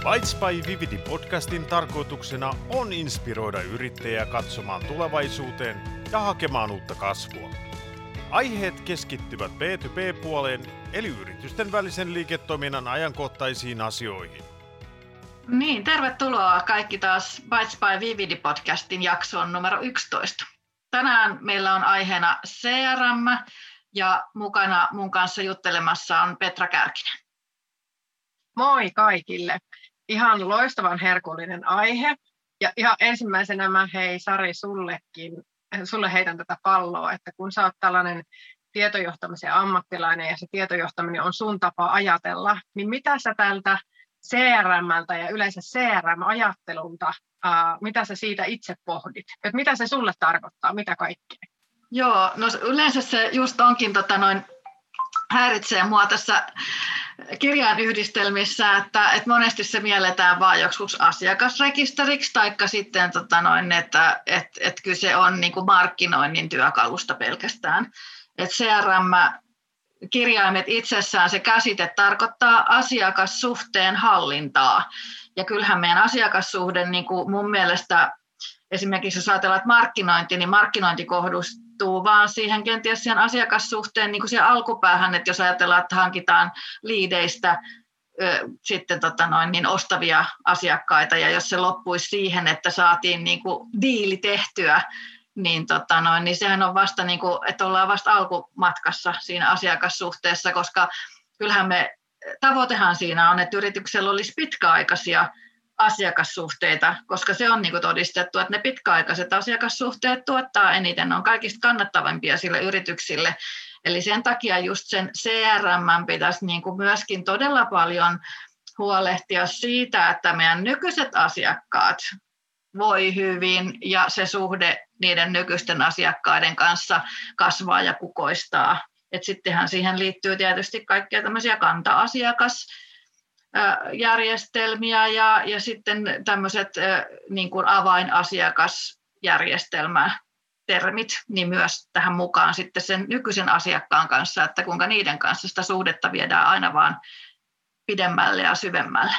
Bytes by Vividi podcastin tarkoituksena on inspiroida yrittäjää katsomaan tulevaisuuteen ja hakemaan uutta kasvua. Aiheet keskittyvät B2B-puoleen eli yritysten välisen liiketoiminnan ajankohtaisiin asioihin. Niin, tervetuloa kaikki taas Bytes by Vividi podcastin jaksoon numero 11. Tänään meillä on aiheena CRM ja mukana mun kanssa juttelemassa on Petra Kärkinen. Moi kaikille. Ihan loistavan herkullinen aihe. Ja ihan ensimmäisenä mä Sari sulle heitän tätä palloa, että kun sä oot tällainen tietojohtamisen ammattilainen ja se tietojohtaminen on sun tapa ajatella, niin mitä sä tältä CRM:ltä ja yleensä CRM-ajattelulta, mitä sä siitä itse pohdit? Että mitä se sulle tarkoittaa, mitä kaikkea? Joo, no yleensä se just onkin häiritsee mua tässä kirjainyhdistelmissä, että monesti se mielletään vain joksikin asiakasrekisteriksi, taikka sitten, että kyse on niin kuin markkinoinnin työkalusta pelkästään. Että CRM-kirjaimet itsessään, se käsite tarkoittaa asiakassuhteen hallintaa. Ja kyllähän meidän asiakassuhde, niin kuin mun mielestä, esimerkiksi jos ajatellaan, että niin markkinointi kohdistuu vaan kenties siihen asiakassuhteen niin kuin siihen alkupäähän, että jos ajatellaan, että hankitaan liideistä sitten ostavia asiakkaita, ja jos se loppuisi siihen, että saatiin niin kuin diili tehtyä, niin sehän on vasta, niin kuin, että ollaan vasta alkumatkassa siinä asiakassuhteessa, koska kyllähän tavoitehan siinä on, että yrityksellä olisi pitkäaikaisia asiakassuhteita, koska se on niin kuin todistettu, että ne pitkäaikaiset asiakassuhteet tuottaa eniten, ne on kaikista kannattavimpia sille yrityksille. Eli sen takia just sen CRM pitäisi niin kuin myöskin todella paljon huolehtia siitä, että meidän nykyiset asiakkaat voi hyvin ja se suhde niiden nykyisten asiakkaiden kanssa kasvaa ja kukoistaa. Et sittenhän siihen liittyy tietysti kaikkia tämmöisiä kanta-asiakasjärjestelmiä ja sitten tämmöiset niin kuin avainasiakasjärjestelmätermit, niin myös tähän mukaan sitten sen nykyisen asiakkaan kanssa, että kuinka niiden kanssa sitä suhdetta viedään aina vaan pidemmälle ja syvemmälle.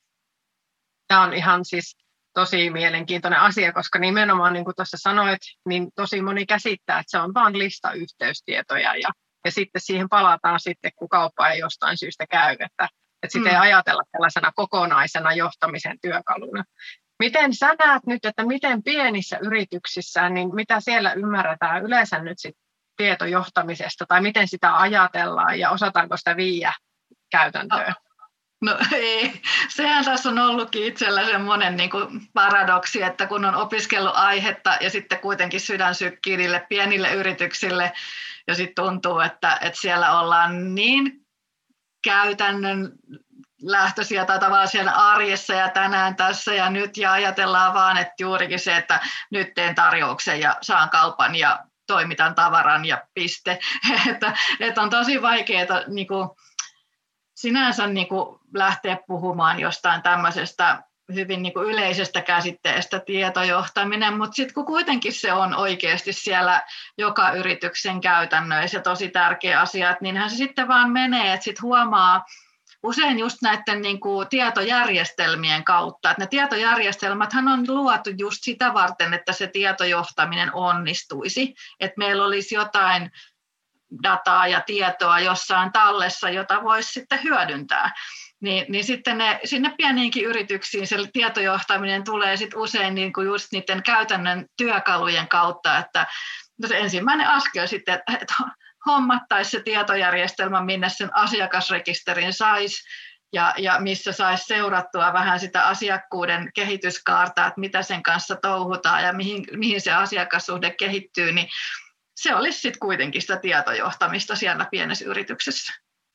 Tämä on ihan siis tosi mielenkiintoinen asia, koska nimenomaan niin kuin tuossa sanoit, niin tosi moni käsittää, että se on vain lista yhteystietoja ja sitten siihen palataan sitten, kun kauppa ei jostain syystä käy, että sitä ei ajatella tällaisena kokonaisena johtamisen työkaluna. Miten sä näet nyt, että miten pienissä yrityksissä, niin mitä siellä ymmärretään yleensä nyt sit tietojohtamisesta tai miten sitä ajatellaan ja osataanko sitä viiä käytäntöön? No ei, sehän tässä on ollutkin itsellä semmoinen niin kuin paradoksi, että kun on opiskellut aihetta ja sitten kuitenkin sydän sykkii niille pienille yrityksille ja sitten tuntuu, että siellä ollaan niin käytännön lähtöisiä tai tavallaan siellä arjessa ja tänään tässä ja nyt ja ajatellaan vaan, että juurikin se, että nyt teen tarjouksen ja saan kaupan ja toimitan tavaran ja piste. että on tosi vaikeaa niin kuin sinänsä niin kuin lähteä puhumaan jostain tämmöisestä hyvin niin kuin yleisestä käsitteestä tietojohtaminen, mutta sitten kun kuitenkin se on oikeasti siellä joka yrityksen käytännöissä tosi tärkeä asia, että niinhän se sitten vaan menee, että sitten huomaa usein just näiden niin kuin tietojärjestelmien kautta, että ne tietojärjestelmäthän on luotu just sitä varten, että se tietojohtaminen onnistuisi, että meillä olisi jotain dataa ja tietoa jossain tallessa, jota voisi sitten hyödyntää. Niin sitten sinne pieniinkin yrityksiin se tietojohtaminen tulee sitten usein niin kuin just niiden käytännön työkalujen kautta, että se ensimmäinen askel sitten, että hommattaisiin se tietojärjestelmä, minne sen asiakasrekisterin saisi ja missä saisi seurattua vähän sitä asiakkuuden kehityskaarta, että mitä sen kanssa touhutaan ja mihin se asiakassuhde kehittyy, niin se olisi sitten kuitenkin sitä tietojohtamista siellä pienessä yrityksessä.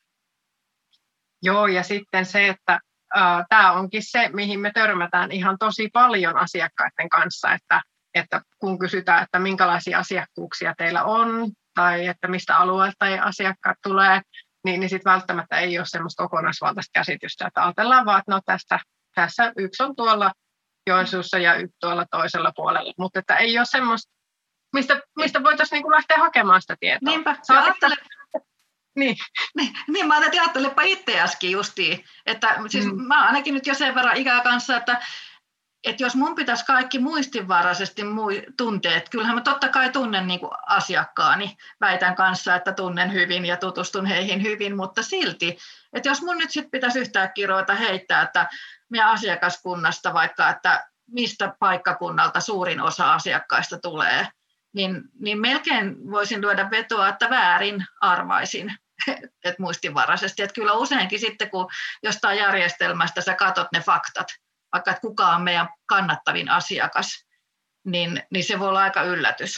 Joo, ja sitten se, että tämä onkin se, mihin me törmätään ihan tosi paljon asiakkaiden kanssa, että kun kysytään, että minkälaisia asiakkuuksia teillä on, tai että mistä alueelta asiakkaat tulee, niin sitten välttämättä ei ole semmoista kokonaisvaltaista käsitystä, että ajatellaan vaan, että no tässä yksi on tuolla Joensuussa ja yksi tuolla toisella puolella, mutta että ei ole semmoista, mistä voitaisiin niin kuin lähteä hakemaan sitä tietoa. Niinpä. Niin mä ajattelepa itseäskin justiin, että siis mä ainakin nyt jo sen verran ikää kanssa, että jos mun pitäisi kaikki muistinvaraisesti tuntea, että kyllähän mä totta kai tunnen niin kuin asiakkaani, väitän kanssa, että tunnen hyvin ja tutustun heihin hyvin, mutta silti, että jos mun nyt sitten pitäisi yhtäkkiä ruveta heittää, että meidän asiakaskunnasta vaikka, että mistä paikkakunnalta suurin osa asiakkaista tulee, niin melkein voisin lyödä vetoa, että väärin arvaisin, että muistinvaraisesti. Että kyllä useinkin sitten, kun jostain järjestelmästä sä katot ne faktat, vaikka että kuka on meidän kannattavin asiakas, niin se voi olla aika yllätys.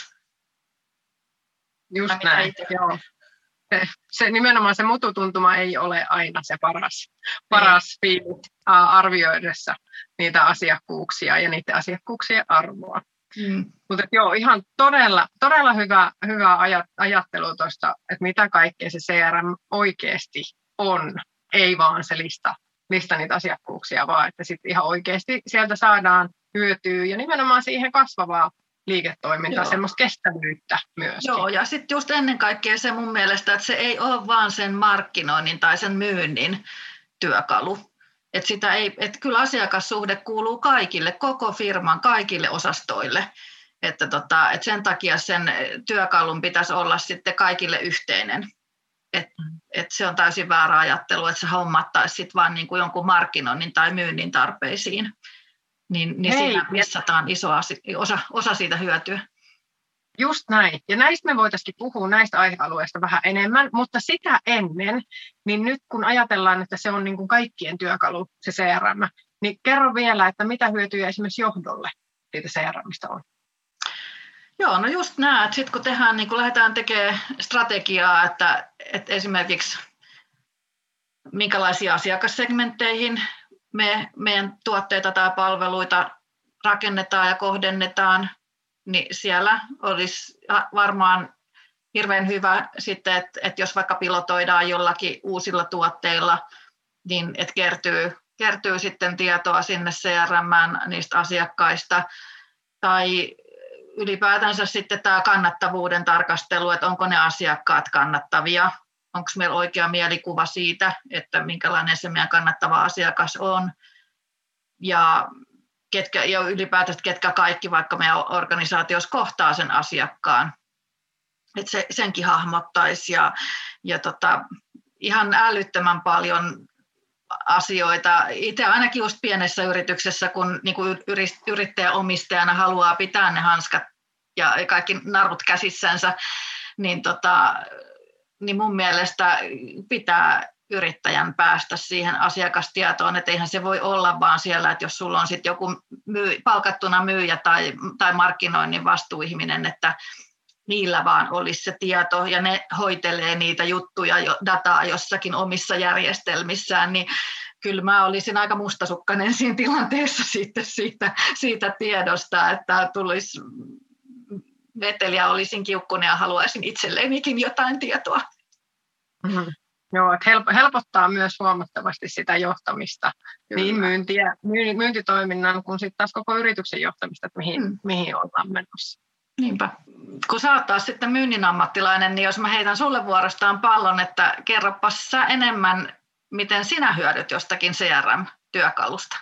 Just näin, joo. Se nimenomaan se mututuntuma ei ole aina se paras fiilis arvioidessa niitä asiakkuuksia ja niiden asiakkuuksien arvoa. Mutta joo, ihan todella hyvä ajattelu tuosta, että mitä kaikkea se CRM oikeasti on, ei vaan se lista niitä asiakkuuksia, vaan että sitten ihan oikeasti sieltä saadaan hyötyä ja nimenomaan siihen kasvavaa liiketoimintaa, semmoista kestävyyttä myös. Joo, ja sitten just ennen kaikkea se mun mielestä, että se ei ole vaan sen markkinoinnin tai sen myynnin työkalu. Että kyllä asiakassuhde kuuluu kaikille, koko firman, kaikille osastoille. Että sen takia sen työkalun pitäisi olla sitten kaikille yhteinen. Et se on täysin väärä ajattelu, että se hommattaisiin sitten vaan niin kuin jonkun markkinoinnin tai myynnin tarpeisiin. Niin siinä missataan iso osa siitä hyötyä. Just näin. Ja näistä me voitaisiin puhua näistä aihealueista vähän enemmän, mutta sitä ennen, niin nyt kun ajatellaan, että se on niin kuin kaikkien työkalu, se CRM, niin kerro vielä, että mitä hyötyjä esimerkiksi johdolle siitä CRMistä on? Joo, no just nämä, että sitten kun niin kun lähdetään tekemään strategiaa, että esimerkiksi minkälaisia asiakassegmentteihin meidän tuotteita tai palveluita rakennetaan ja kohdennetaan, niin siellä olisi varmaan hirveän hyvä sitten, että jos vaikka pilotoidaan jollakin uusilla tuotteilla, niin että kertyy sitten tietoa sinne CRM:ään niistä asiakkaista, tai ylipäätänsä sitten tämä kannattavuuden tarkastelu, että onko ne asiakkaat kannattavia, onko meillä oikea mielikuva siitä, että minkälainen se meidän kannattava asiakas on, ja ylipäätään ketkä kaikki vaikka meidän organisaatiossa kohtaa sen asiakkaan, että senkin hahmottaisi ja ihan älyttömän paljon asioita. Itse ainakin just pienessä yrityksessä, kun niin kuin yrittäjäomistajana haluaa pitää ne hanskat ja kaikki narut käsissänsä, niin mun mielestä pitää yrittäjän päästä siihen asiakastietoon, että eihän se voi olla vaan siellä, että jos sulla on sitten joku palkattuna myyjä tai markkinoinnin vastuuihminen, että niillä vaan olisi se tieto ja ne hoitelee niitä juttuja, dataa jossakin omissa järjestelmissään, niin kyllä mä olisin aika mustasukkainen siinä tilanteessa sitten siitä tiedosta, että tulisi veteliä, olisin kiukkunen ja haluaisin itselleenikin jotain tietoa. Mm-hmm. Joo, että helpottaa myös huomattavasti sitä johtamista, kyllä. Niin myyntitoiminnan kuin sitten taas koko yrityksen johtamista, että mihin ollaan menossa. Niinpä. Kun sä oot taas sitten myynnin ammattilainen, niin jos mä heitän sulle vuorostaan pallon, että kerropas sä enemmän, miten sinä hyödyt jostakin CRM-työkalusta?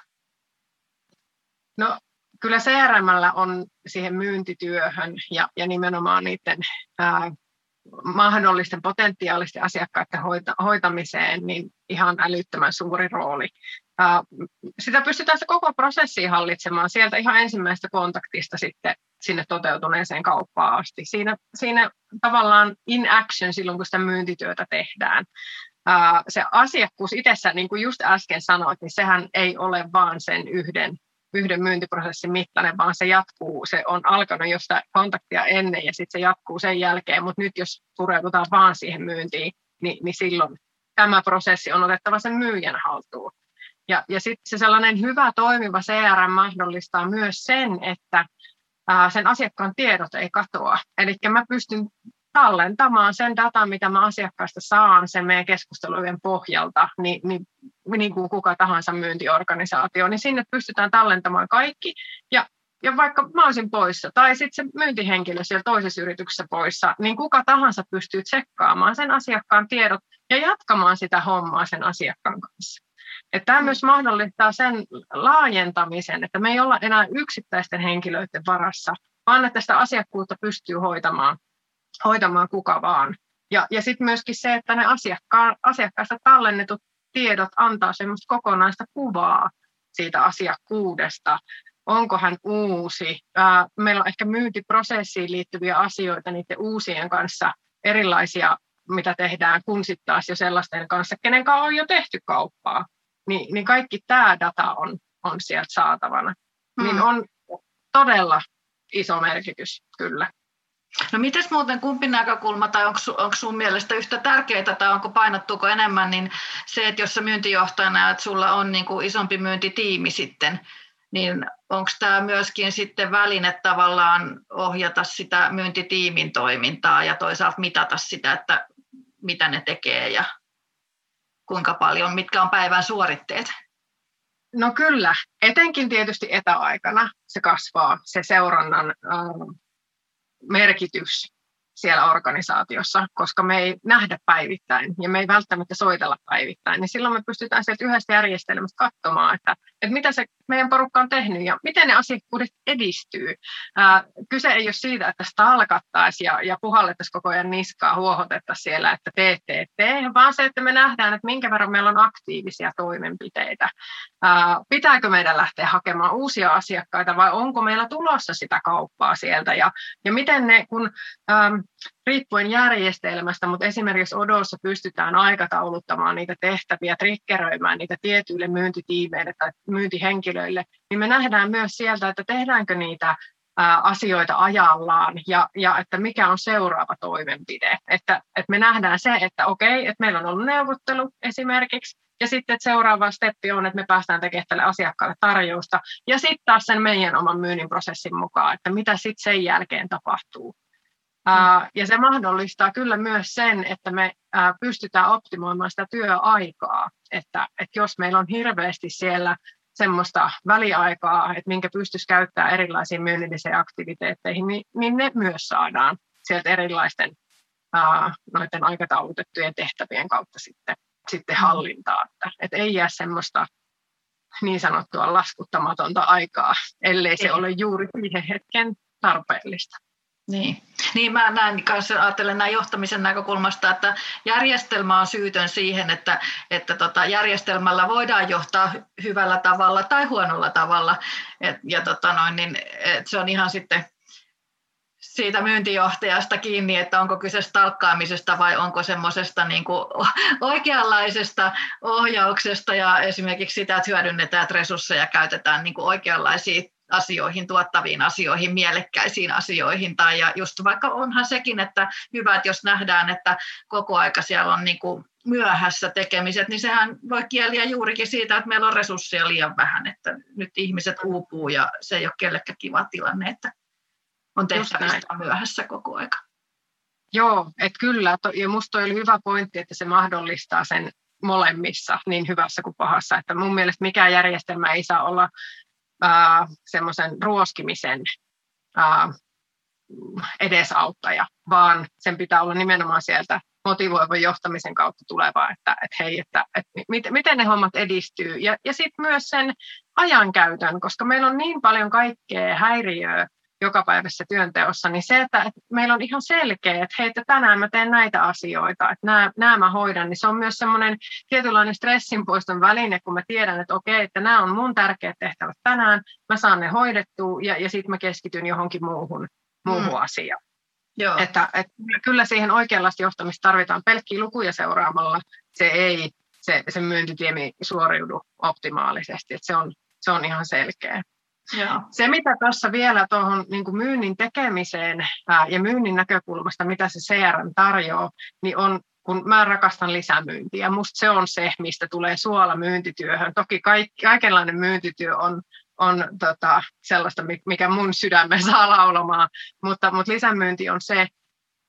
No kyllä CRM:llä on siihen myyntityöhön ja nimenomaan niiden mahdollisten potentiaalisten asiakkaiden hoitamiseen niin ihan älyttömän suuri rooli. Sitä pystytään se koko prosessi hallitsemaan sieltä ihan ensimmäisestä kontaktista sitten sinne toteutuneeseen kauppaan asti. Siinä tavallaan in action silloin, kun sitä myyntityötä tehdään. Se asiakkuus itsessään, niin kuin just äsken sanoit, niin sehän ei ole vaan sen yhden myyntiprosessin mittainen, vaan se jatkuu. Se on alkanut jostain kontaktia ennen ja sitten se jatkuu sen jälkeen, mutta nyt jos pureudutaan vaan siihen myyntiin, niin silloin tämä prosessi on otettava sen myyjän haltuun. Ja sitten se sellainen hyvä toimiva CRM mahdollistaa myös sen, että sen asiakkaan tiedot ei katoa. Eli mä pystyn tallentamaan sen datan, mitä mä asiakkaasta saan sen meidän keskustelujen pohjalta, niin kuin kuka tahansa myyntiorganisaatio, niin sinne pystytään tallentamaan kaikki. Ja ja vaikka mä olisin poissa, tai sitten se myyntihenkilö siellä toisessa yrityksessä poissa, niin kuka tahansa pystyy tsekkaamaan sen asiakkaan tiedot ja jatkamaan sitä hommaa sen asiakkaan kanssa. Tämä myös mahdollistaa sen laajentamisen, että me ei olla enää yksittäisten henkilöiden varassa, vaan että sitä asiakkuutta pystyy hoitamaan kuka vaan. Ja sitten myöskin se, että ne asiakkaista tallennetut tiedot antaa semmoista kokonaista kuvaa siitä asiakkuudesta. Onko hän uusi? Meillä on ehkä myyntiprosessiin liittyviä asioita niiden uusien kanssa erilaisia, mitä tehdään, kun sitten taas jo sellaisten kanssa, kenen kanssa on jo tehty kauppaa. Niin kaikki tämä data on sieltä saatavana. Niin on todella iso merkitys, kyllä. No mites muuten kumpi näkökulma, tai onko sun mielestä yhtä tärkeää, tai painottuuko enemmän, niin se, että jos sä myyntijohtajana, että sulla on niin kuin isompi myyntitiimi sitten, niin onko tämä myöskin sitten väline tavallaan ohjata sitä myyntitiimin toimintaa ja toisaalta mitata sitä, että mitä ne tekee ja kuinka paljon, mitkä on päivän suoritteet? No kyllä, etenkin tietysti etäaikana se kasvaa, se seurannan merkitys siellä organisaatiossa, koska me ei nähdä päivittäin ja me ei välttämättä soitella päivittäin, niin silloin me pystytään sieltä yhdestä järjestelmästä katsomaan, että mitä se meidän porukka on tehnyt ja miten ne asiakkuudet edistyy. Kyse ei ole siitä, että stalkattaisiin ja puhallettaisiin koko ajan niskaa, huohotettaisiin siellä, että tee, vaan se, että me nähdään, että minkä verran meillä on aktiivisia toimenpiteitä. Pitääkö meidän lähteä hakemaan uusia asiakkaita vai onko meillä tulossa sitä kauppaa sieltä ja miten ne, kun riippuen järjestelmästä, mutta esimerkiksi Odossa pystytään aikatauluttamaan niitä tehtäviä, triggeröimään niitä tietyille myyntitiimeille tai myyntihenkilöille, niin me nähdään myös sieltä, että tehdäänkö niitä asioita ajallaan ja että mikä on seuraava toimenpide. Että me nähdään se, että okei, että meillä on ollut neuvottelu esimerkiksi, ja sitten että seuraava steppi on, että me päästään tekemään tälle asiakkaalle tarjousta, ja sitten taas sen meidän oman myynnin prosessin mukaan, että mitä sitten sen jälkeen tapahtuu. Ja se mahdollistaa kyllä myös sen, että me pystytään optimoimaan sitä työaikaa, että jos meillä on hirveästi siellä semmoista väliaikaa, että minkä pystyisi käyttämään erilaisiin myynnillisiin aktiviteetteihin, niin ne myös saadaan sieltä erilaisten noiden aikataulutettujen tehtävien kautta sitten hallintaan, että ei jää semmoista niin sanottua laskuttamatonta aikaa, ellei se ole juuri siihen hetken tarpeellista. Niin mä näen kanssa, ajattelen näin johtamisen näkökulmasta, että järjestelmä on syytön siihen, että järjestelmällä voidaan johtaa hyvällä tavalla tai huonolla tavalla. Se on ihan sitten siitä myyntijohtajasta kiinni, että onko kyse stalkkaamisesta vai onko semmoisesta niin kuin oikeanlaisesta ohjauksesta ja esimerkiksi sitä, että hyödynnetään, että resursseja käytetään niin kuin oikeanlaisiin asioihin, tuottaviin asioihin, mielekkäisiin asioihin. Ja just vaikka onhan sekin, että hyvä, että jos nähdään, että koko aika siellä on niin kuin myöhässä tekemiset, niin sehän voi kieliä juurikin siitä, että meillä on resursseja liian vähän, että nyt ihmiset uupuu ja se ei ole kellekään kiva tilanne, että on tehtävistä myöhässä koko aika. Joo, että kyllä, ja musta oli hyvä pointti, että se mahdollistaa sen molemmissa, niin hyvässä kuin pahassa, että mun mielestä mikään järjestelmä ei saa olla semmoisen ruoskimisen edesauttaja, vaan sen pitää olla nimenomaan sieltä motivoivan johtamisen kautta tulevaa, että hei, että miten ne hommat edistyy. Ja sitten myös sen ajankäytön, koska meillä on niin paljon kaikkea häiriöä jokapäiväisessä työnteossa, niin se, että meillä on ihan selkeä, että hei, että tänään mä teen näitä asioita, että nämä mä hoidan, niin se on myös semmoinen tietynlainen stressinpoiston väline, kun mä tiedän, että okei, että nämä on mun tärkeät tehtävät tänään, mä saan ne hoidettua ja sitten mä keskityn johonkin muuhun asiaan. Joo. Että kyllä siihen oikeanlaista johtamista tarvitaan pelkkiä lukuja seuraamalla, se myyntitiemi suoriudu optimaalisesti, että se on ihan selkeä. Joo. Se, mitä tuossa vielä tuohon niin kuin myynnin tekemiseen ja myynnin näkökulmasta, mitä se CRM tarjoaa, niin on, kun mä rakastan lisämyyntiä. Musta se on se, mistä tulee suola myyntityöhön. Toki kaikenlainen myyntityö on sellaista, mikä mun sydämen saa laulamaan, mutta lisämyynti on se,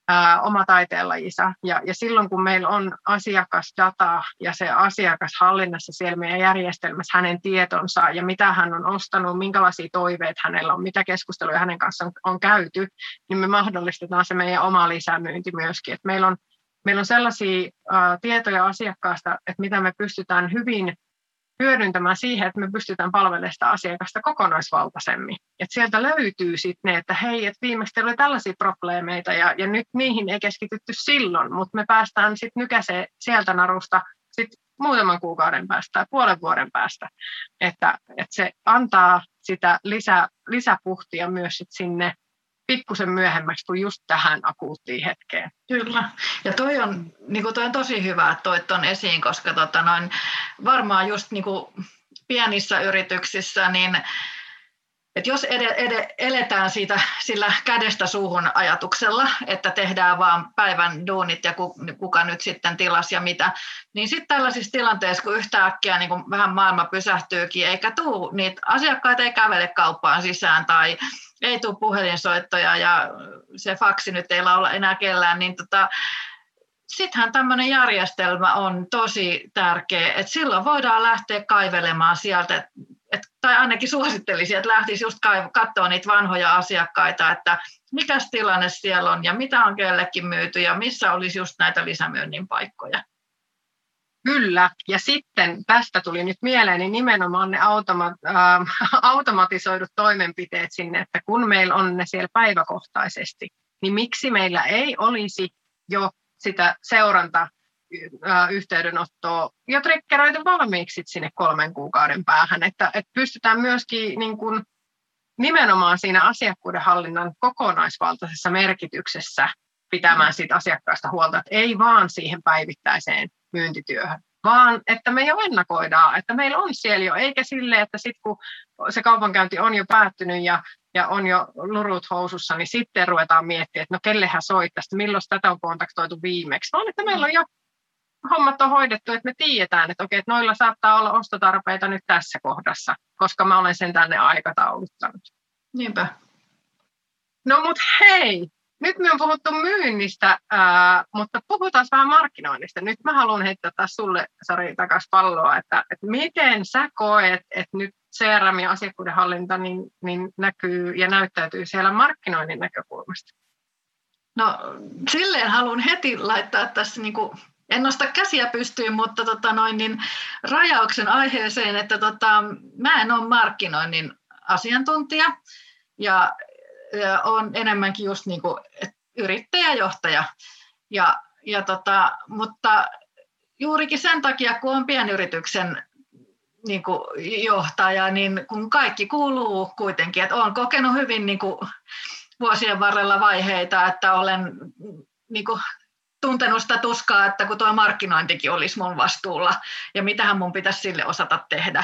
oma taiteenlajinsa. Ja silloin, kun meillä on asiakasdata ja se asiakas hallinnassa siellä meidän järjestelmässä, hänen tietonsa ja mitä hän on ostanut, minkälaisia toiveita hänellä on, mitä keskusteluja hänen kanssaan on käyty, niin me mahdollistetaan se meidän oma lisämyynti myöskin. Et meillä on sellaisia tietoja asiakkaasta, että mitä me pystytään hyvin hyödyntämään siihen, että me pystytään palvelemaan sitä asiakasta kokonaisvaltaisemmin. Et sieltä löytyy sitten ne, että hei, että viimeksi oli tällaisia probleemeita ja nyt niihin ei keskitytty silloin, mutta me päästään sitten nykäiseen sieltä narusta sit muutaman kuukauden päästä tai puolen vuoden päästä. Että se antaa sitä lisäpuhtia myös sit sinne pikkusen myöhemmäksi kuin just tähän akuuttiin hetkeen. Kyllä. Ja toi on tosi hyvä, että toit ton esiin, koska varmaan just pienissä yrityksissä, niin että jos eletään sillä kädestä suuhun ajatuksella, että tehdään vaan päivän duunit ja kuka nyt sitten tilasi ja mitä, niin sitten tällaisissa tilanteissa, kun yhtäkkiä niin kun vähän maailma pysähtyykin, eikä tule, niitä asiakkaita ei kävele kauppaan sisään tai ei tule puhelinsoittoja ja se faksi nyt ei laula enää kellään, niin sittenhän tämmöinen järjestelmä on tosi tärkeä, että silloin voidaan lähteä kaivelemaan sieltä, tai ainakin suosittelisin, että lähtisi just katsoa niitä vanhoja asiakkaita, että mikäs tilanne siellä on ja mitä on kellekin myyty ja missä olisi just näitä lisämyynnin paikkoja. Kyllä, ja sitten tästä tuli nyt mieleeni nimenomaan ne automatisoidut toimenpiteet sinne, että kun meillä on ne siellä päiväkohtaisesti, niin miksi meillä ei olisi jo sitä seurantayhteydenottoa jo triggeröity valmiiksi sinne 3 kuukauden päähän, että pystytään myöskin niin kuin nimenomaan siinä asiakkuuden hallinnan kokonaisvaltaisessa merkityksessä pitämään siitä asiakkaasta huolta, että ei vaan siihen päivittäiseen myyntityöhön, vaan että me jo ennakoidaan, että meillä on siellä jo, eikä sille, että sitten kun se kaupankäynti on jo päättynyt ja on jo lurut housussa, niin sitten ruvetaan miettimään, että no kellehän soittaisi, milloin tätä on kontaktoitu viimeksi, vaan että meillä on jo hommat on hoidettu, että me tiedetään, että okei, että noilla saattaa olla ostotarpeita nyt tässä kohdassa, koska mä olen sen tänne aikatauluttanut. Niinpä. No mut hei, nyt me on puhuttu myynnistä, mutta puhutaan vähän markkinoinnista. Nyt mä haluan heittää taas sulle, Sari, takaisin palloa, että miten sä koet, että nyt CRM ja asiakkuuden hallinta niin näkyy ja näyttäytyy siellä markkinoinnin näkökulmasta? No silleen haluan heti laittaa tässä en nosta käsiä pystyyn, mutta rajauksen aiheeseen, että mä en ole markkinoinnin asiantuntija ja olen enemmänkin just yrittäjäjohtaja. Mutta juurikin sen takia, kun olen pienyrityksen johtaja, niin kun kaikki kuuluu kuitenkin, että olen kokenut hyvin vuosien varrella vaiheita, että olen tuntenut sitä tuskaa, että kun tuo markkinointikin olisi mun vastuulla ja mitähän mun pitäisi sille osata tehdä,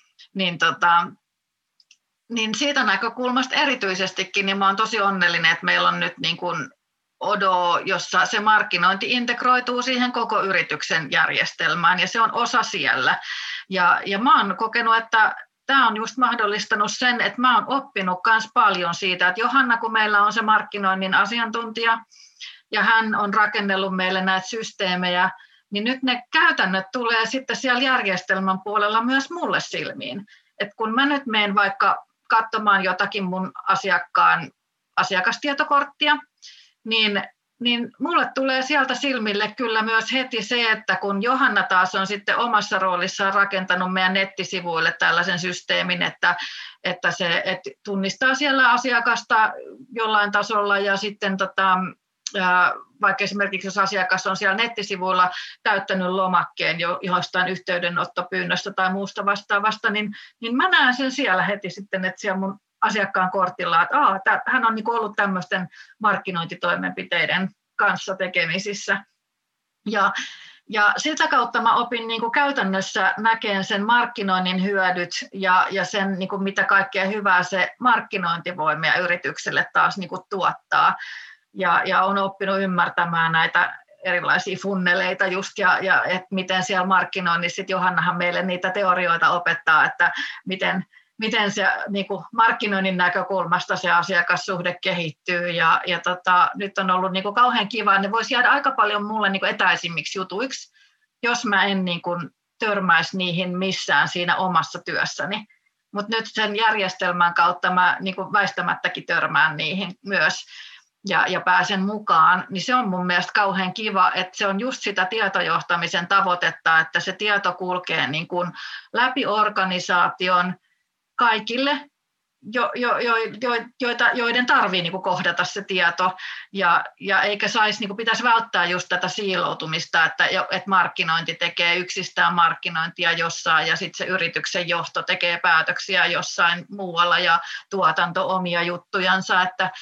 niin siitä näkökulmasta erityisestikin niin mä oon tosi onnellinen, että meillä on nyt Odo, jossa se markkinointi integroituu siihen koko yrityksen järjestelmään ja se on osa siellä. Ja mä oon kokenut, että tämä on just mahdollistanut sen, että mä oon oppinut myös paljon siitä, että Johanna, kun meillä on se markkinoinnin asiantuntija, ja hän on rakennellut meille näitä systeemejä, niin nyt ne käytännöt tulee sitten siellä järjestelmän puolella myös mulle silmiin. Et kun mä nyt menen vaikka katsomaan jotakin mun asiakkaan asiakastietokorttia, niin mulle tulee sieltä silmille kyllä myös heti se, että kun Johanna taas on sitten omassa roolissaan rakentanut meidän nettisivuille tällaisen systeemin, että se tunnistaa siellä asiakasta jollain tasolla ja sitten vaikka esimerkiksi jos asiakas on siellä nettisivuilla täyttänyt lomakkeen jostain yhteydenottopyynnöstä tai muusta vastaavasta, niin mä näen sen siellä heti sitten, että siellä mun asiakkaan kortilla, että hän on ollut tämmöisten markkinointitoimenpiteiden kanssa tekemisissä. Ja sitä kautta mä opin käytännössä näkemään sen markkinoinnin hyödyt ja sen, mitä kaikkea hyvää se markkinointi voi meidän yritykselle taas tuottaa. Ja olen oppinut ymmärtämään näitä erilaisia funneleita just että miten siellä markkinoinnissa, Johannahan meille niitä teorioita opettaa, että miten se niin kuin markkinoinnin näkökulmasta se asiakassuhde kehittyy. Ja nyt on ollut niin kuin kauhean kiva, ne voisi jäädä aika paljon mulle niin kuin etäisimmiksi jutuiksi, jos mä en niin kuin törmäisi niihin missään siinä omassa työssäni. Mutta nyt sen järjestelmän kautta mä niin kuin väistämättäkin törmään niihin myös ja pääsen mukaan, niin se on mun mielestä kauhean kiva, että se on just sitä tietojohtamisen tavoitetta, että se tieto kulkee niin kuin läpi organisaation kaikille, joiden tarvitsee niin kuin kohdata se tieto, ja eikä saisi, niin kuin pitäisi välttää just tätä siiloutumista, että markkinointi tekee yksistään markkinointia jossain, ja sitten se yrityksen johto tekee päätöksiä jossain muualla, ja tuotanto omia juttujansa, että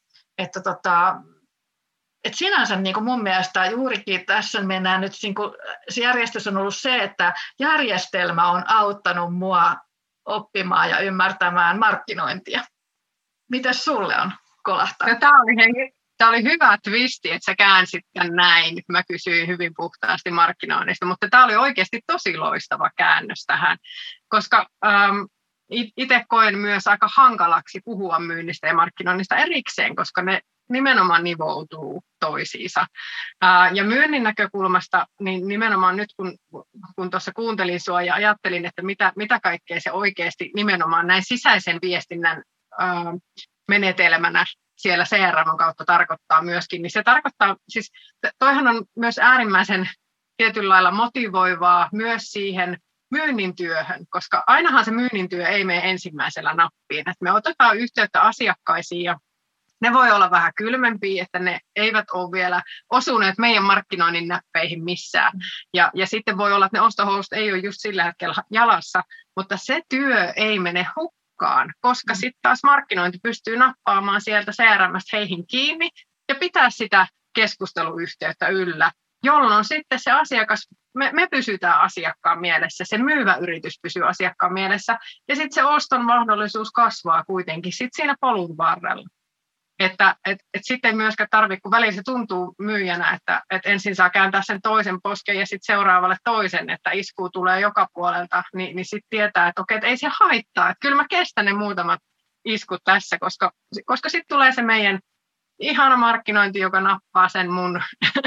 sinänsä niin kuin mun mielestä juurikin tässä mennään nyt, niin kuin se järjestys on ollut se, että järjestelmä on auttanut mua oppimaan ja ymmärtämään markkinointia. Mitäs sulle on kolahtanut? Tämä oli hyvä twisti, että sä käänsit tämän näin. Mä kysyin hyvin puhtaasti markkinoinnista, mutta tämä oli oikeasti tosi loistava käännös tähän, koska itse koen myös aika hankalaksi puhua myynnistä ja markkinoinnista erikseen, koska ne nimenomaan nivoutuu toisiinsa. Ja myynnin näkökulmasta, niin nimenomaan nyt kun tuossa kuuntelin sua ja ajattelin, että mitä kaikkea se oikeasti nimenomaan näin sisäisen viestinnän menetelmänä siellä CRM kautta tarkoittaa myöskin, niin se tarkoittaa, siis toihan on myös äärimmäisen tietyllä lailla motivoivaa myös siihen myynnin työhön, koska ainahan se myynnin työ ei mene ensimmäisellä nappiin. Että me otetaan yhteyttä asiakkaisiin ja ne voi olla vähän kylmempiä, että ne eivät ole vielä osuneet meidän markkinoinnin näppeihin missään. Ja sitten voi olla, että ne ostohousut ei ole just sillä hetkellä jalassa, mutta se työ ei mene hukkaan, koska sitten taas markkinointi pystyy nappaamaan sieltä CRM:stä heihin kiinni ja pitää sitä keskusteluyhteyttä yllä, jolloin sitten se asiakas, me pysytään asiakkaan mielessä, se myyvä yritys pysyy asiakkaan mielessä, ja sitten se oston mahdollisuus kasvaa kuitenkin sit siinä polun varrella. Että sitten ei myöskään tarvitse, kun välillä se tuntuu myyjänä, että ensin saa kääntää sen toisen posken ja sitten seuraavalle toisen, että isku tulee joka puolelta, niin sitten tietää, että okei, että ei se haittaa, että kyllä mä kestän ne muutamat iskut tässä, koska sitten tulee se meidän ihana markkinointi, joka nappaa sen mun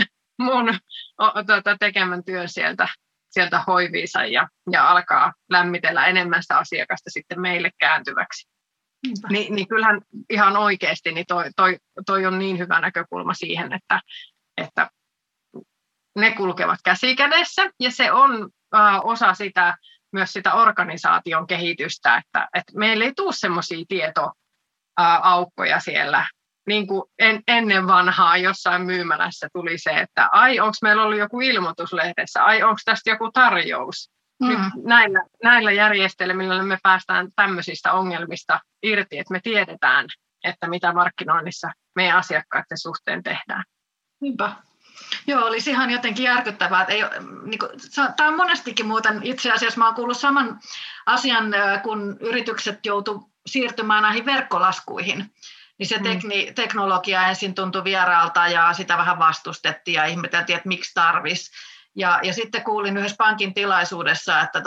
tekemän työn sieltä hoiviinsa ja alkaa lämmitellä enemmän sitä asiakasta sitten meille kääntyväksi. Niin kyllähän ihan oikeasti niin toi on niin hyvä näkökulma siihen, että ne kulkevat käsi kädessä ja se on osa myös sitä organisaation kehitystä, että meillä ei tule semmoisia tietoaukkoja siellä. Niin kuin ennen vanhaa jossain myymälässä tuli se, että onko meillä ollut joku ilmoitus lehdessä, onko tästä joku tarjous. Nyt näillä järjestelmillä me päästään tämmöisistä ongelmista irti, että me tiedetään, että mitä markkinoinnissa meidän asiakkaiden suhteen tehdään. Niinpä. Joo, olisi ihan jotenkin järkyttävää. Tämä on monestikin muuten, itse asiassa mä oon kuullut saman asian, kun yritykset joutuivat siirtymään näihin verkkolaskuihin. Niin se teknologia ensin tuntui vieraalta ja sitä vähän vastustettiin ja ihmeteltiin, että miksi tarvisi. Ja sitten kuulin yhdessä pankin tilaisuudessa, että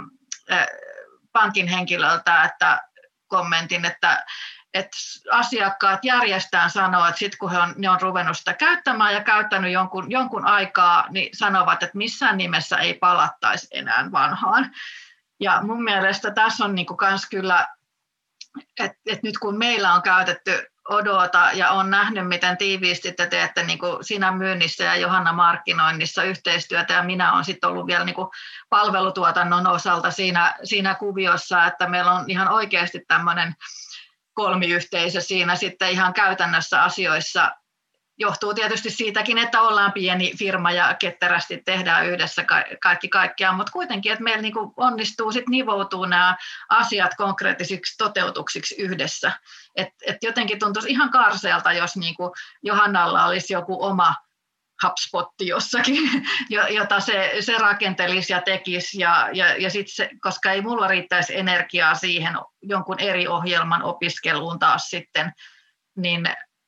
pankin henkilöltä kommentin, että asiakkaat järjestään sanoo, että sitten kun ne on ruvennut sitä käyttämään ja käyttänyt jonkun aikaa, niin sanovat, että missään nimessä ei palattaisi enää vanhaan. Ja mun mielestä tässä on niinku kans kyllä, että nyt kun meillä on käytetty Odota ja olen nähnyt, miten tiiviisti te teette niin kuin sinä myynnissä ja Johanna markkinoinnissa yhteistyötä, ja minä olen sitten ollut vielä niin kuin palvelutuotannon osalta siinä kuviossa, että meillä on ihan oikeasti tämmöinen kolmiyhteisö siinä sitten ihan käytännössä asioissa. Johtuu tietysti siitäkin, että ollaan pieni firma ja ketterästi tehdään yhdessä kaikkea, mutta kuitenkin, että meillä niinku onnistuu sit nivoutua nämä asiat konkreettisiksi toteutuksiksi yhdessä. Et jotenkin tuntuisi ihan karsealta, jos niinku Johannalla olisi joku oma HubSpotti jossakin, jota se rakentelisi ja tekisi, ja sit koska ei mulla riittäisi energiaa siihen jonkun eri ohjelman opiskeluun taas sitten, niin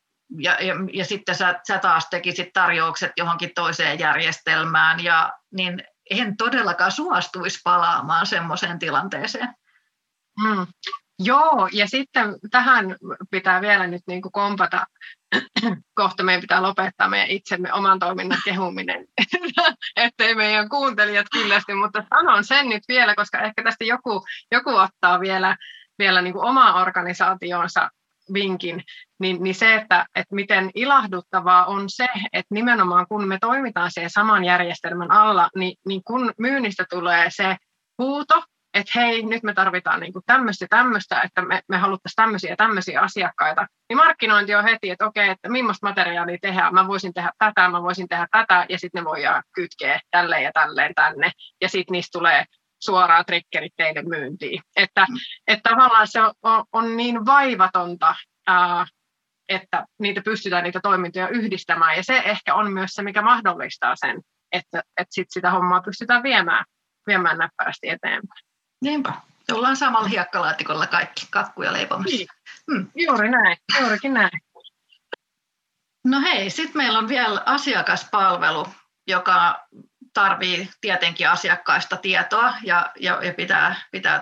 ja sitten sä taas tekisit tarjoukset johonkin toiseen järjestelmään, niin en todellakaan suostuisi palaamaan semmoiseen tilanteeseen. Joo, ja sitten tähän pitää vielä nyt niin kuin kompata, kohta meidän pitää lopettaa meidän itsemme oman toiminnan kehuminen, ettei meidän kuuntelijat kyllästy, mutta sanon sen nyt vielä, koska ehkä tästä joku ottaa vielä niin kuin omaa organisaatioonsa vinkin, niin se, että miten ilahduttavaa on se, että nimenomaan kun me toimitaan siellä saman järjestelmän alla, niin kun myynnistä tulee se huuto, että hei, nyt me tarvitaan niin kuin tämmöistä, että me haluttaisiin tämmöisiä asiakkaita, niin markkinointi on heti, että okei, että millaista materiaalia tehdään, mä voisin tehdä tätä, ja sitten ne voidaan kytkeä tälleen ja tälleen tänne, ja sitten niistä tulee suoraan triggerit teille myyntiin. Että tavallaan se on niin vaivatonta, että pystytään niitä toimintoja yhdistämään, ja se ehkä on myös se, mikä mahdollistaa sen, että sit sitä hommaa pystytään viemään näppärästi eteenpäin. Niinpä. Ollaan samalla hiekkalaatikolla kaikki kakkuja leipomassa. Niin. Juurikin näin. No hei, sitten meillä on vielä asiakaspalvelu, joka tarvii tietenkin asiakkaista tietoa ja pitää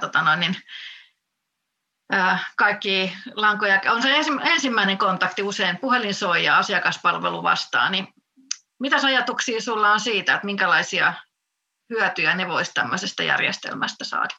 kaikki lankoja. On se ensimmäinen kontakti usein, puhelin soi ja asiakaspalvelu vastaa. Niin mitäs ajatuksia sulla on siitä, että minkälaisia hyötyjä ne voisi tämmöisestä järjestelmästä saada?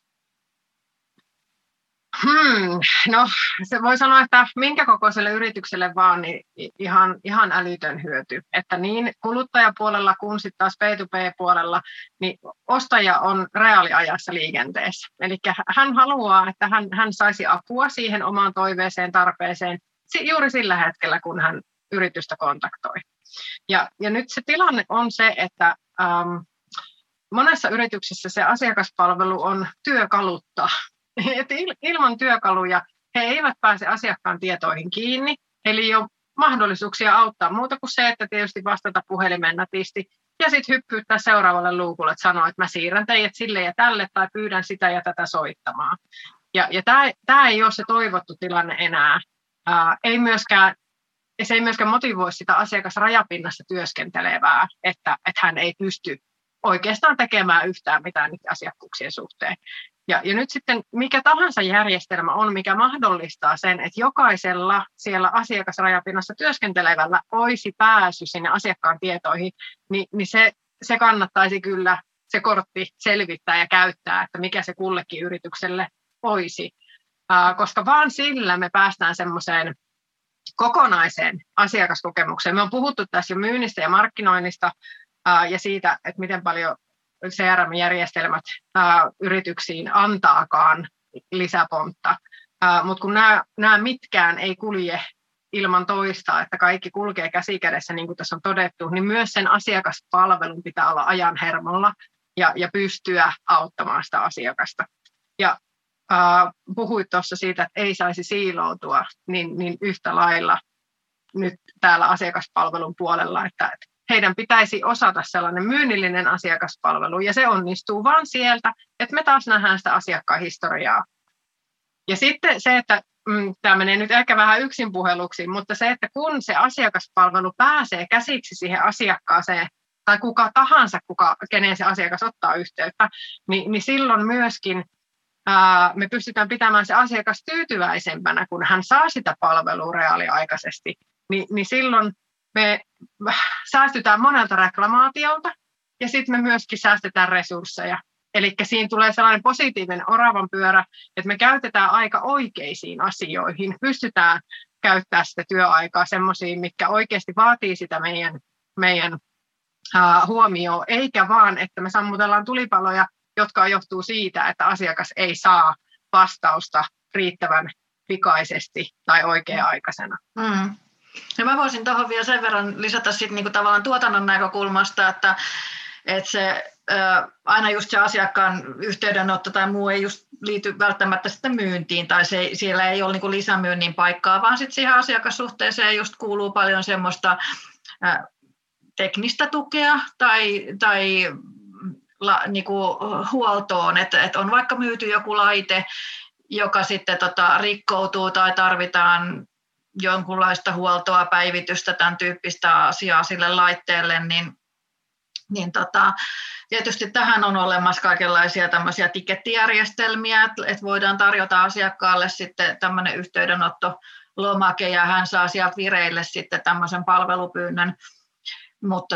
No se voi sanoa, että minkä kokoiselle yritykselle vaan niin ihan älytön hyöty. Että niin kuluttajapuolella kuin sitten taas B2B-puolella, niin ostaja on reaaliajassa liikenteessä. Eli hän haluaa, että hän saisi apua siihen omaan toiveeseen, tarpeeseen juuri sillä hetkellä, kun hän yritystä kontaktoi. Ja nyt se tilanne on se, että monessa yrityksessä se asiakaspalvelu on työkalutta. Että ilman työkaluja he eivät pääse asiakkaan tietoihin kiinni, eli ei ole mahdollisuuksia auttaa muuta kuin se, että tietysti vastata puhelimeen nätisti ja sitten hyppyyttää seuraavalle luukulle, että sanoo, että mä siirrän teidät sille ja tälle tai pyydän sitä ja tätä soittamaan. Ja tämä ei ole se toivottu tilanne enää. Se ei myöskään motivoi sitä asiakasrajapinnassa työskentelevää, että hän ei pysty oikeastaan tekemään yhtään mitään niiden asiakkuuksien suhteen. Ja nyt sitten mikä tahansa järjestelmä on, mikä mahdollistaa sen, että jokaisella siellä asiakasrajapinnassa työskentelevällä olisi pääsy sinne asiakkaan tietoihin, niin se kannattaisi kyllä se kortti selvittää ja käyttää, että mikä se kullekin yritykselle olisi. Koska vaan sillä me päästään semmoiseen kokonaiseen asiakaskokemukseen. Me on puhuttu tässä jo myynnistä ja markkinoinnista ja siitä, että miten paljon CRM-järjestelmät yrityksiin antaakaan lisäpontta. Mutta kun nämä mitkään ei kulje ilman toista, että kaikki kulkee käsi kädessä, niin kuin tässä on todettu, niin myös sen asiakaspalvelun pitää olla ajan hermolla ja pystyä auttamaan sitä asiakasta. Ja puhuit tuossa siitä, että ei saisi siiloutua, niin yhtä lailla nyt täällä asiakaspalvelun puolella, että heidän pitäisi osata sellainen myynnillinen asiakaspalvelu, ja se onnistuu vain sieltä, että me taas nähdään sitä asiakkaan historiaa. Ja sitten se, että tämä menee nyt ehkä vähän yksin puheluksi, mutta se, että kun se asiakaspalvelu pääsee käsiksi siihen asiakkaaseen, tai kuka tahansa, kenen se asiakas ottaa yhteyttä, niin silloin myöskin me pystytään pitämään se asiakas tyytyväisempänä, kun hän saa sitä palvelua reaaliaikaisesti, niin silloin me säästytään monelta reklamaatiolta ja sitten me myöskin säästetään resursseja. Eli siinä tulee sellainen positiivinen oravanpyörä, että me käytetään aika oikeisiin asioihin. Pystytään käyttämään sitä työaikaa semmoisiin, mitkä oikeasti vaatii sitä meidän huomioon, eikä vaan, että me sammutellaan tulipaloja, jotka johtuu siitä, että asiakas ei saa vastausta riittävän pikaisesti tai oikea-aikaisena. Ja mä voisin tuohon vielä sen verran lisätä sit niinku tavallaan tuotannon näkökulmasta, että se aina just se asiakkaan yhteydenotto tai muu ei just liity välttämättä sitten myyntiin tai siellä ei ole niinku lisämyynnin paikkaa, vaan sitten siihen asiakassuhteeseen just kuuluu paljon semmoista teknistä tukea tai niinku huoltoon, että on vaikka myyty joku laite, joka sitten rikkoutuu tai tarvitaan jonkunlaista huoltoa, päivitystä, tämän tyyppistä asiaa sille laitteelle, niin Niin tietysti tähän on olemassa kaikenlaisia tämmöisiä tikettijärjestelmiä, että voidaan tarjota asiakkaalle sitten tämmöinen yhteydenottolomake ja hän saa sieltä vireille sitten tämmöisen palvelupyynnön. Mutta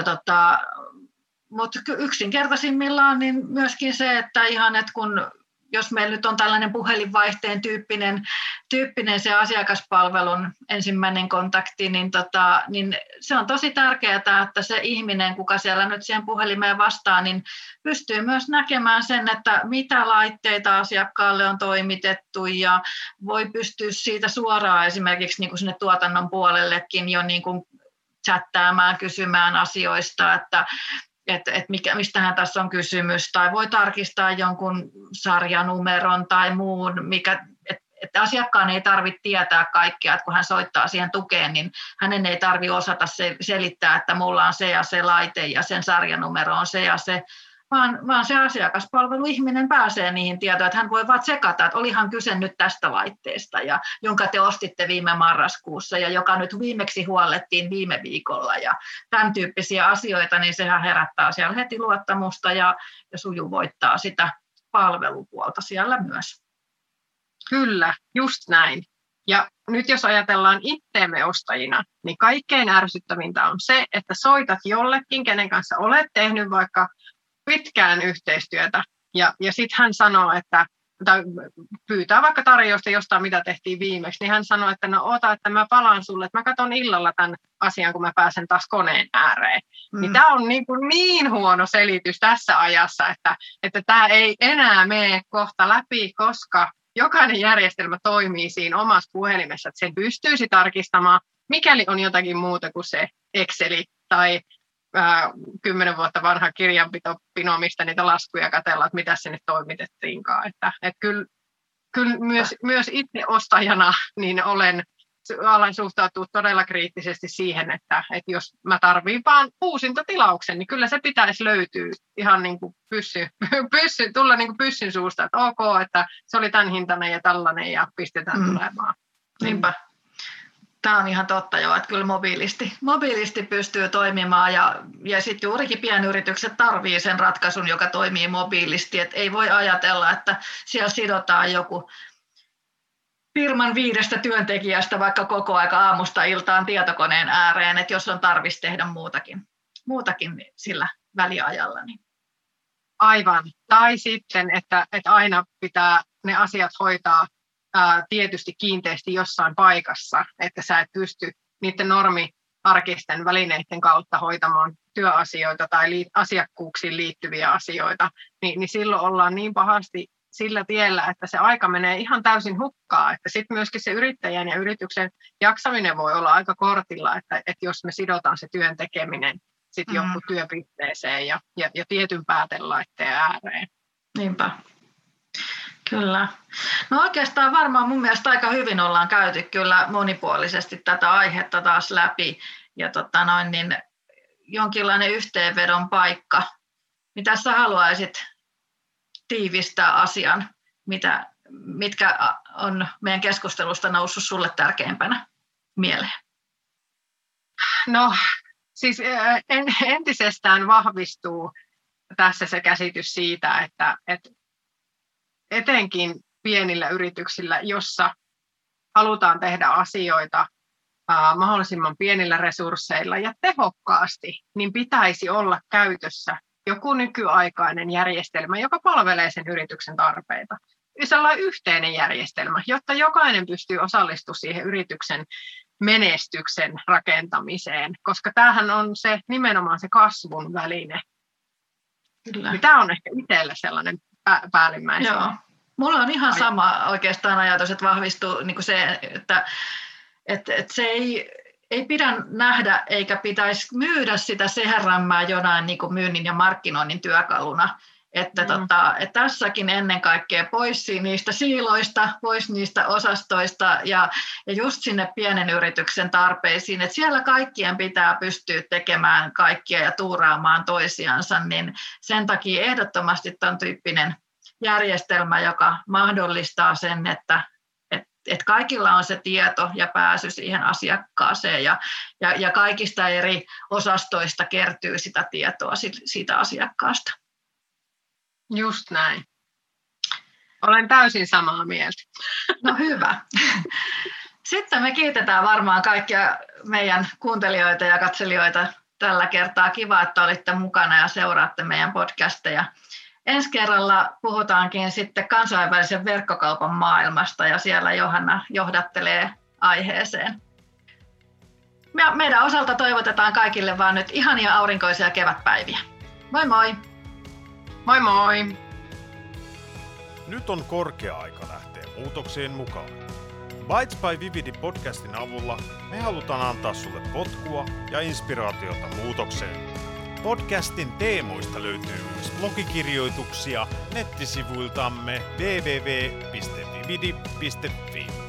yksinkertaisimmillaan niin myöskin se, että ihan, että jos meillä nyt on tällainen puhelinvaihteen tyyppinen se asiakaspalvelun ensimmäinen kontakti, niin se on tosi tärkeää, että se ihminen, kuka siellä nyt siihen puhelimeen vastaa, niin pystyy myös näkemään sen, että mitä laitteita asiakkaalle on toimitettu ja voi pystyä siitä suoraan esimerkiksi niin kuin sinne tuotannon puolellekin jo niin kuin chattaamaan, kysymään asioista, että mistähän tässä on kysymys, tai voi tarkistaa jonkun sarjanumeron tai muun, että asiakkaan ei tarvitse tietää kaikkea, että kun hän soittaa siihen tukeen, niin hänen ei tarvitse osata selittää, että mulla on se ja se laite ja sen sarjanumero on se ja se, vaan se asiakaspalveluihminen pääsee niihin tietoihin, että hän voi vaan tsekata, että olihan kyse nyt tästä laitteesta, jonka te ostitte viime marraskuussa ja joka nyt viimeksi huollettiin viime viikolla ja tämän tyyppisiä asioita, niin sehän herättää siellä heti luottamusta ja sujuvoittaa sitä palvelupuolta siellä myös. Kyllä, just näin. Ja nyt jos ajatellaan itteemme ostajina, niin kaikkein ärsyttävintä on se, että soitat jollekin, kenen kanssa olet tehnyt vaikka pitkään yhteistyötä, ja sitten hän sanoo, tai pyytää vaikka tarjousta jostain, mitä tehtiin viimeksi, niin hän sanoo, että no ota, että mä palaan sulle, että mä katson illalla tämän asian, kun mä pääsen taas koneen ääreen. Niin tämä on niin huono selitys tässä ajassa, että tämä ei enää mene kohta läpi, koska jokainen järjestelmä toimii siinä omassa puhelimessa, että sen pystyisi tarkistamaan, mikäli on jotakin muuta kuin se Exceli tai 10 vuotta vanha kirjanpitopino, mistä niitä laskuja katsellaan, että mitä sinne toimitettiinkaan. Että kyllä myös itse ostajana niin alan suhtautua todella kriittisesti siihen, että jos mä tarviin vaan uusintatilauksen, niin kyllä se pitäisi löytyä ihan niin kuin tulla niin kuin pyssyn suusta, että ok, että se oli tämän hintainen ja tällainen ja pistetään tulemaan. Niinpä. Tämä on ihan totta jo, että kyllä mobiilisti pystyy toimimaan ja sitten juurikin pienyritykset tarvitsee sen ratkaisun, joka toimii mobiilisti. Et ei voi ajatella, että siellä sidotaan joku firman 5 työntekijästä vaikka koko aika aamusta iltaan tietokoneen ääreen, että jos on tarvis tehdä muutakin sillä väliajalla. Niin. Aivan. Tai sitten, että aina pitää ne asiat hoitaa tietysti kiinteästi jossain paikassa, että sä et pysty niiden normiarkisten välineiden kautta hoitamaan työasioita tai asiakkuuksiin liittyviä asioita, niin silloin ollaan niin pahasti sillä tiellä, että se aika menee ihan täysin hukkaan, että sitten myöskin se yrittäjän ja yrityksen jaksaminen voi olla aika kortilla, että jos me sidotaan se työn tekeminen sitten joku työpisteeseen ja tietyn päätelaitteen ääreen. Niinpä. Kyllä. No oikeastaan varmaan mun mielestä aika hyvin ollaan käyty kyllä monipuolisesti tätä aihetta taas läpi ja niin jonkinlainen yhteenvedon paikka. Mitä sä haluaisit tiivistää asian, mitkä on meidän keskustelusta noussut sulle tärkeimpänä mieleen? No siis entisestään vahvistuu tässä se käsitys siitä, että etenkin pienillä yrityksillä, jossa halutaan tehdä asioita mahdollisimman pienillä resursseilla ja tehokkaasti, niin pitäisi olla käytössä joku nykyaikainen järjestelmä, joka palvelee sen yrityksen tarpeita. Sellainen yhteinen järjestelmä, jotta jokainen pystyy osallistumaan siihen yrityksen menestyksen rakentamiseen, koska tämähän on se nimenomaan se kasvun väline. Kyllä. Tämä on ehkä itsellä sellainen päällimmäinen. Joo. Mulla on ihan sama oikeastaan ajatus, että vahvistuu niin kuin se, että se ei pidä nähdä eikä pitäisi myydä sitä CRM:ää jonain niin kuin myynnin ja markkinoinnin työkaluna. Että tässäkin ennen kaikkea pois niistä siiloista, pois niistä osastoista ja just sinne pienen yrityksen tarpeisiin. Että siellä kaikkien pitää pystyä tekemään kaikkia ja tuuraamaan toisiansa, niin sen takia ehdottomasti tämän tyyppinen järjestelmä, joka mahdollistaa sen, että että kaikilla on se tieto ja pääsy siihen asiakkaaseen ja kaikista eri osastoista kertyy sitä tietoa siitä asiakkaasta. Just näin. Olen täysin samaa mieltä. No hyvä. Sitten me kiitetään varmaan kaikkia meidän kuuntelijoita ja katselijoita tällä kertaa. Kiva, että olitte mukana ja seuraatte meidän podcasteja. Ensi kerralla puhutaankin sitten kansainvälisen verkkokaupan maailmasta ja siellä Johanna johdattelee aiheeseen. Meidän osalta toivotetaan kaikille vaan nyt ihania aurinkoisia kevätpäiviä. Moi moi! Moi moi! Nyt on korkea aika lähteä muutokseen mukaan. Bytes by Vividi podcastin avulla me halutaan antaa sulle potkua ja inspiraatiota muutokseen. Podcastin teemoista löytyy myös blogikirjoituksia nettisivuiltamme www.vividi.fi.